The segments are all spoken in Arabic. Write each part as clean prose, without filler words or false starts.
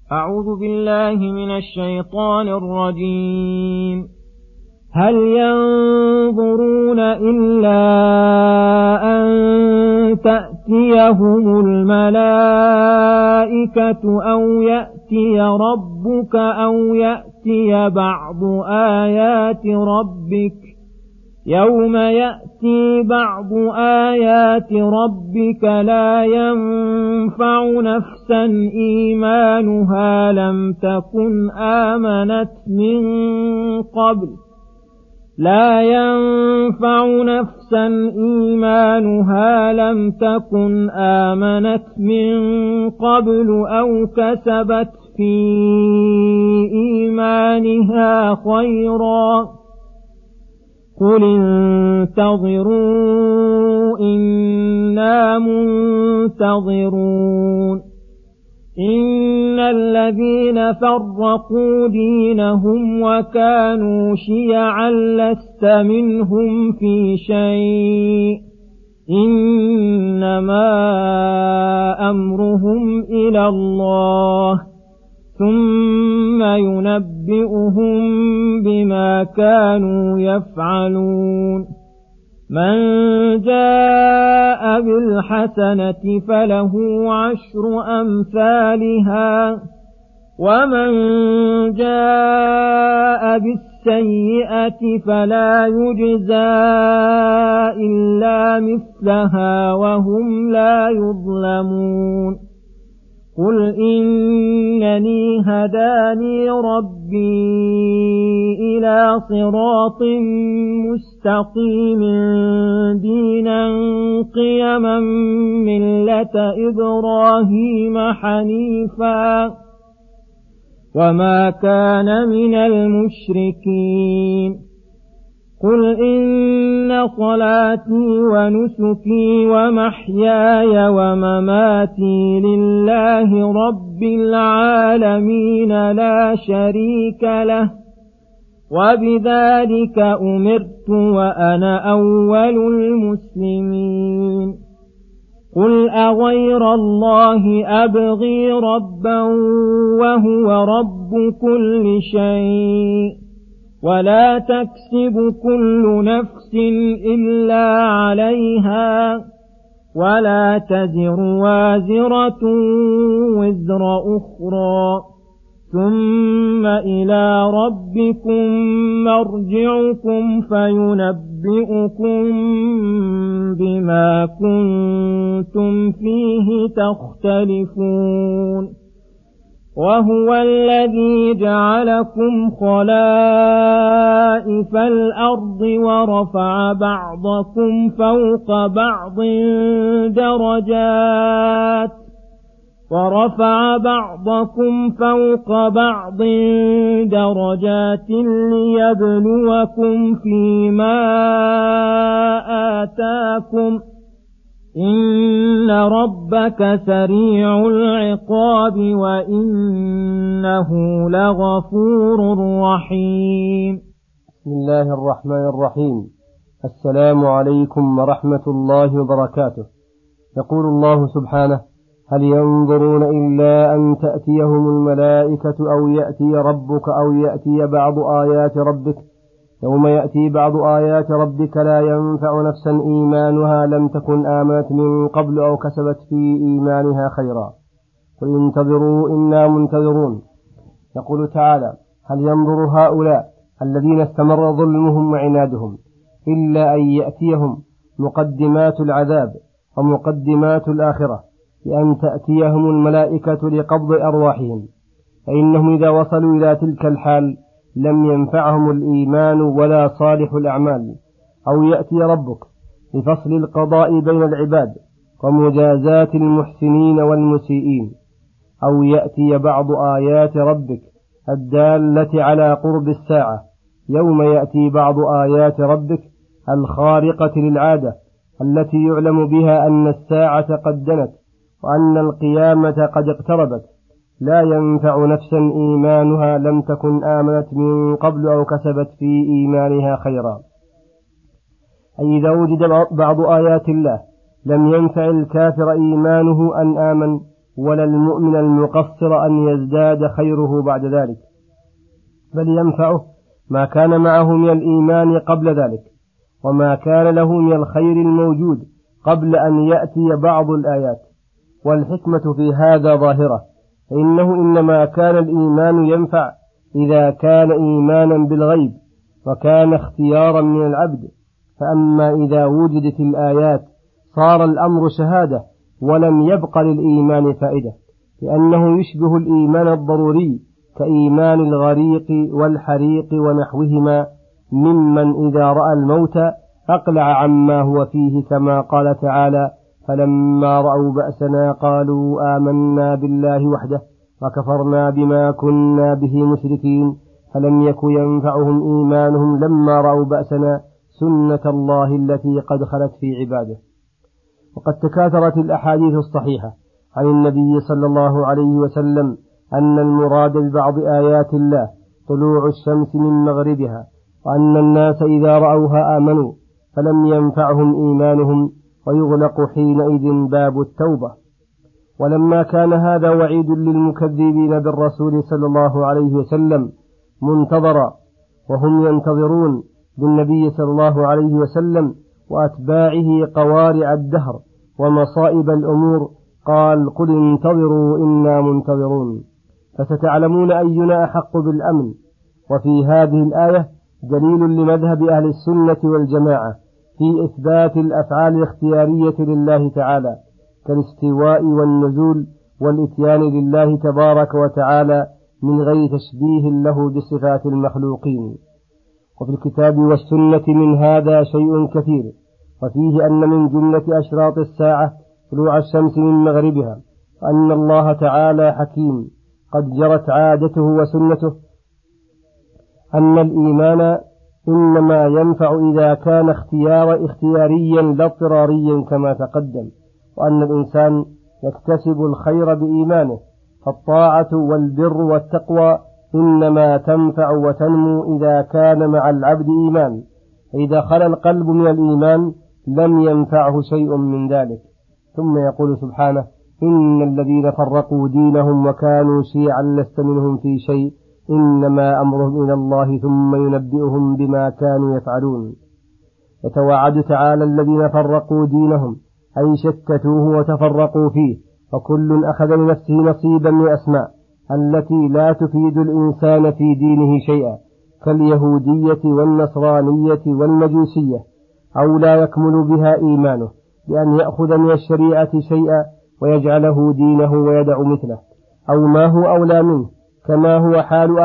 أعوذ بالله من الشيطان الرجيم. هل ينظرون إلا أن تأتيهم الملائكة أو يأتي ربك أو يأتي بعض آيات ربك يوم يأتي بعض آيات ربك لا ينفع نفسا إيمانها لم تكن آمنت من قبل أو كسبت في إيمانها خيرا قل انتظروا إنا منتظرون. إن الذين فرقوا دينهم وكانوا شيعا لست منهم في شيء إنما أمرهم إلى الله ثم ينبئهم بما كانوا يفعلون. من جاء بالحسنة فله 10 أمثالها ومن جاء بالسيئة فلا يجزى إلا مثلها وهم لا يظلمون. قل إنني هداني ربي إلى صراط مستقيم دينا قيما ملة إبراهيم حنيفا وما كان من المشركين. قل إن صلاتي ونسكي ومحياي ومماتي لله رب العالمين لا شريك له وبذلك أمرت وأنا أول المسلمين. قل أغير الله أبغي ربا وهو رب كل شيء ولا تكسب كل نفس إلا عليها ولا تزر وازرة وزر أخرى ثم إلى ربكم مرجعكم فينبئكم بما كنتم فيه تختلفون. وهو الذي جعلكم خلائف الأرض ورفع بعضكم فوق بعض درجات ليبلوكم فيما آتاكم إن ربك سريع العقاب وإنه لغفور رحيم. بسم الله الرحمن الرحيم. السلام عليكم ورحمة الله وبركاته. يقول الله سبحانه: هل ينظرون إلا أن تأتيهم الملائكة أو يأتي ربك أو يأتي بعض آيات ربك يوم يأتي بعض آيات ربك لا ينفع نفسا إيمانها لم تكن آمنت من قبل أو كسبت في إيمانها خيرا قل انتظروا إنا منتظرون. يقول تعالى: هل ينظر هؤلاء الذين استمر ظلمهم وعنادهم إلا أن يأتيهم مقدمات العذاب ومقدمات الآخرة بأن تأتيهم الملائكة لقبض أرواحهم، فإنهم إذا وصلوا إلى تلك الحال لم ينفعهم الإيمان ولا صالح الأعمال. أو يأتي ربك لفصل القضاء بين العباد ومجازاة المحسنين والمسيئين. أو يأتي بعض آيات ربك الدالة على قرب الساعة يوم يأتي بعض آيات ربك الخارقة للعادة التي يعلم بها أن الساعة قد دنت وأن القيامة قد اقتربت لا ينفع نفسا إيمانها لم تكن آمنت من قبل أو كسبت في إيمانها خيرا. أي إذا وجد بعض آيات الله لم ينفع الكافر إيمانه أن آمن ولا المؤمن المقصر أن يزداد خيره بعد ذلك، بل ينفعه ما كان معه من الإيمان قبل ذلك، وما كان له من الخير الموجود قبل أن يأتي بعض الآيات. والحكمة في هذا ظاهرة، فإنه إنما كان الإيمان ينفع إذا كان إيمانا بالغيب وكان اختيارا من العبد، فأما إذا وجدت الآيات صار الأمر شهادة ولم يبق للإيمان فائدة، لأنه يشبه الإيمان الضروري كإيمان الغريق والحريق ونحوهما، ممن إذا رأى الموت أقلع عما هو فيه، كما قال تعالى: فلما رأوا بأسنا قالوا آمنا بالله وحده وكفرنا بما كنا به مشركين، فلم يك ينفعهم إيمانهم لما رأوا بأسنا سنة الله التي قد خلت في عباده. وقد تكاثرت الأحاديث الصحيحة عن النبي صلى الله عليه وسلم أن المراد ببعض آيات الله طلوع الشمس من مغربها، وأن الناس إذا رأوها آمنوا فلم ينفعهم إيمانهم، ويغلق حينئذ باب التوبة. ولما كان هذا وعيد للمكذبين بالرسول صلى الله عليه وسلم منتظرا، وهم ينتظرون بالنبي صلى الله عليه وسلم وأتباعه قوارع الدهر ومصائب الأمور، قال: قل انتظروا إنا منتظرون، فستعلمون أينا أحق بالأمن. وفي هذه الآية دليل لمذهب أهل السنة والجماعة في إثبات الأفعال الاختيارية لله تعالى، كالاستواء والنزول والإتيان لله تبارك وتعالى من غير تشبيه له بصفات المخلوقين. وفي الكتاب والسنة من هذا شيء كثير، وفيه أن من جملة أشراط الساعة طلوع الشمس من مغربها، وأن الله تعالى حكيم قد جرت عادته وسنته أن الإيمان إنما ينفع إذا كان اختياريا لا اضطراريا كما تقدم، وأن الإنسان يكتسب الخير بإيمانه، فالطاعة والبر والتقوى إنما تنفع وتنمو إذا كان مع العبد إيمان، فإذا خلا القلب من الإيمان لم ينفعه شيء من ذلك. ثم يقول سبحانه: إن الذين فرقوا دينهم وكانوا شيعا لست منهم في شيء إنما أمرهم إلى الله ثم ينبئهم بما كانوا يفعلون. يتوعد تعالى الذين فرقوا دينهم أي شتتوه وتفرقوا فيه، فكل أخذ لنفسه نصيبا من أسماء التي لا تفيد الإنسان في دينه شيئا، كاليهودية والنصرانية والمجوسية، أو لا يكمل بها إيمانه، بأن يأخذ من الشريعة شيئا ويجعله دينه ويدع مثله، أو ما هو أولى منه، كما هو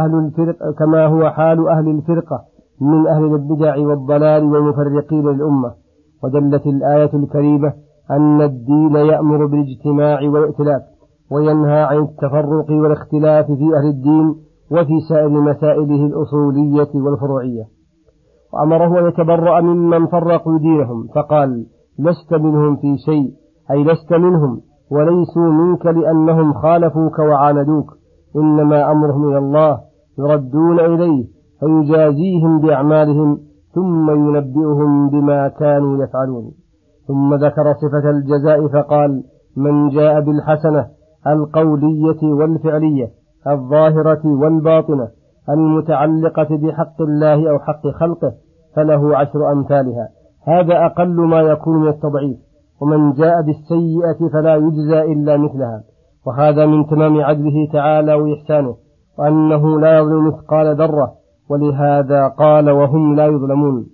حال أهل الفرقة من أهل البدع والضلال والمفرقين للأمة. ودلت الآية الكريمة أن الدين يأمر بالاجتماع والائتلاف، وينهى عن التفرق والاختلاف في أهل الدين وفي سائر مسائله الأصولية والفروعية. وأمره أن يتبرأ ممن فرقوا دينهم، فقال: لست منهم في شيء، أي لست منهم وليسوا منك لأنهم خالفوك وعاندوك، إنما أمرهم إلى الله، يردون إليه فيجازيهم بأعمالهم ثم ينبئهم بما كانوا يفعلون. ثم ذكر صفة الجزاء فقال: من جاء بالحسنة القولية والفعلية الظاهرة والباطنة المتعلقة بحق الله أو حق خلقه فله 10 أمثالها، هذا أقل ما يكون من التضعيف. ومن جاء بالسيئة فلا يجزى إلا مثلها، وهذا من تمام عدله تعالى وإحسانه، وأنه لا يظلم مثقال ذرة، ولهذا قال: وهم لا يظلمون.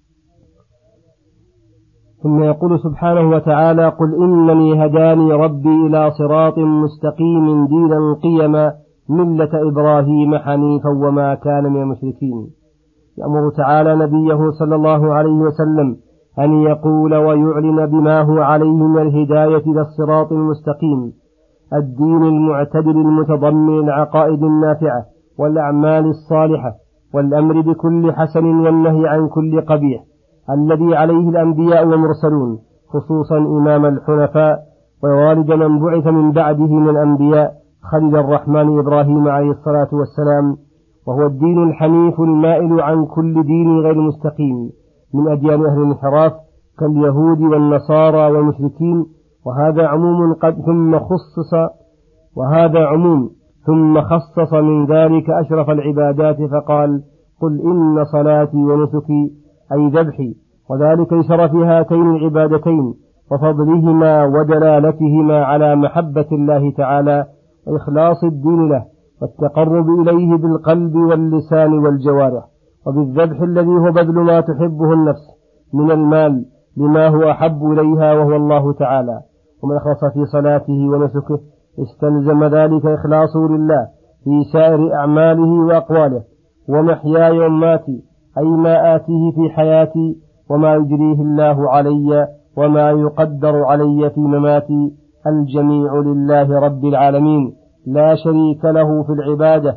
ثم يقول سبحانه وتعالى: قل إنني هداني ربي إلى صراط مستقيم دينا قيما ملة إبراهيم حنيفا وما كان من المشركين. يأمر تعالى نبيه صلى الله عليه وسلم أن يقول ويعلن بما هو عليه من الهداية إلى الصراط المستقيم، الدين المعتدل المتضمن العقائد النافعة والأعمال الصالحة، والأمر بكل حسن والنهي عن كل قبيح، الذي عليه الأنبياء والمرسلون، خصوصا إمام الحنفاء ووالد من بعث من بعده من الأنبياء خليل الرحمن إبراهيم عليه الصلاة والسلام، وهو الدين الحنيف المائل عن كل دين غير مستقيم من أديان أهل الانحراف كاليهود والنصارى والمشركين. وهذا عموم قد ثم خصص وهذا عموم، ثم خصص من ذلك أشرف العبادات فقال: قل إن صلاتي ونسكي أي ذبحي، وذلك لشرف هاتين العبادتين وفضلهما ودلالتهما على محبة الله تعالى وإخلاص الدين له والتقرب إليه بالقلب واللسان والجوارح، وبالذبح الذي هو بذل ما تحبه النفس من المال لما هو أحب إليها وهو الله تعالى. ومن أخلص في صلاته ونسكه استلزم ذلك إخلاصه لله في سائر أعماله وأقواله، ومحياي ومماتي أي ما آتيه في حياتي وما يجريه الله علي وما يقدر علي في مماتي، الجميع لله رب العالمين لا شريك له في العبادة،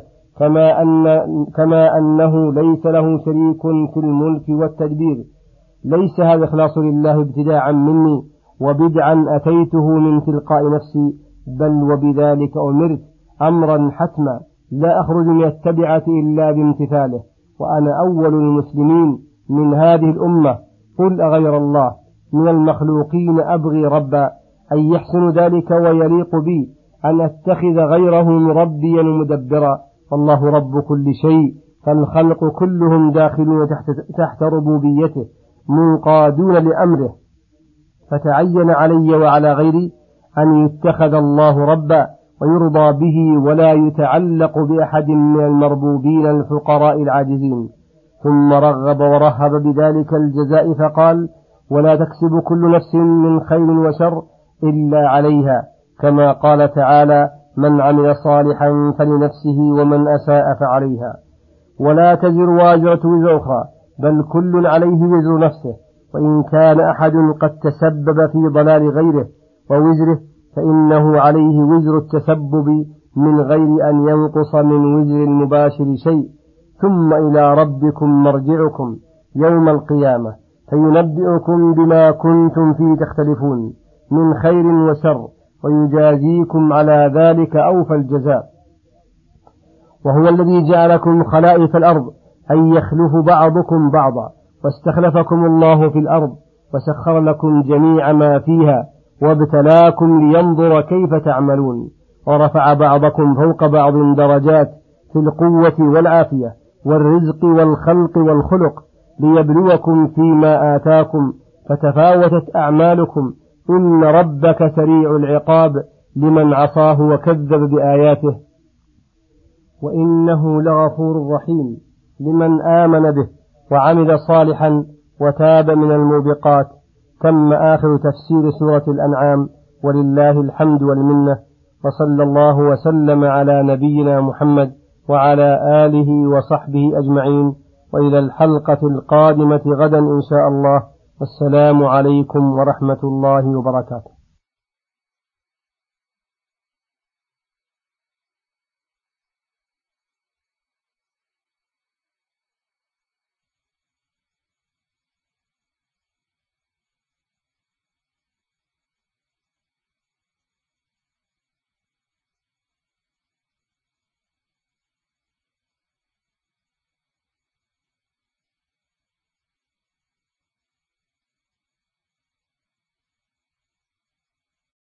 كما أنه ليس له شريك في الملك والتدبير. ليس هذا إخلاص لله ابتداعا مني وبدعا أتيته من تلقاء نفسي، بل وبذلك أمرت أمرا حتما لا أخرج من التبعة إلا بامتثاله، وأنا أول المسلمين من هذه الأمة. قل أغير الله من المخلوقين أبغي ربا، أن يحسن ذلك ويليق بي أن أتخذ غيره مربيا مدبرا، والله رب كل شيء، فالخلق كلهم داخلون تحت ربوبيته منقادون لأمره، فتعين علي وعلى غيري أن يتخذ الله ربا ويرضى به ولا يتعلق بأحد من المربوبين الفقراء العاجزين. ثم رغب ورهب بذلك الجزاء فقال: ولا تكسب كل نفس من خير وشر إلا عليها، كما قال تعالى: من عمل صالحا فلنفسه ومن أساء فعليها. ولا تزر واجرة وزر أخرى، بل كل عليه وزر نفسه، وإن كان أحد قد تسبب في ضلال غيره ووزره فإنه عليه وزر التسبب من غير أن ينقص من وزر المباشر شيء. ثم إلى ربكم مرجعكم يوم القيامة فينبئكم بما كنتم فيه تختلفون من خير وشر، ويجازيكم على ذلك أوفى الجزاء. وهو الذي جعلكم خلائف الأرض، أن يخلف بعضكم بعضا، واستخلفكم الله في الأرض وسخر لكم جميع ما فيها وابتلاكم لينظر كيف تعملون، ورفع بعضكم فوق بعض درجات في القوة والعافية والرزق والخلق والخلق ليبلوكم فيما آتاكم، فتفاوتت أعمالكم. إن ربك سريع العقاب لمن عصاه وكذب بآياته، وإنه لغفور رحيم لمن آمن به وعمل صالحا وتاب من الموبقات. تم آخر تفسير سورة الأنعام، ولله الحمد والمنة، وصلى الله وسلم على نبينا محمد وعلى آله وصحبه أجمعين، وإلى الحلقة القادمة غدا إن شاء الله، والسلام عليكم ورحمة الله وبركاته.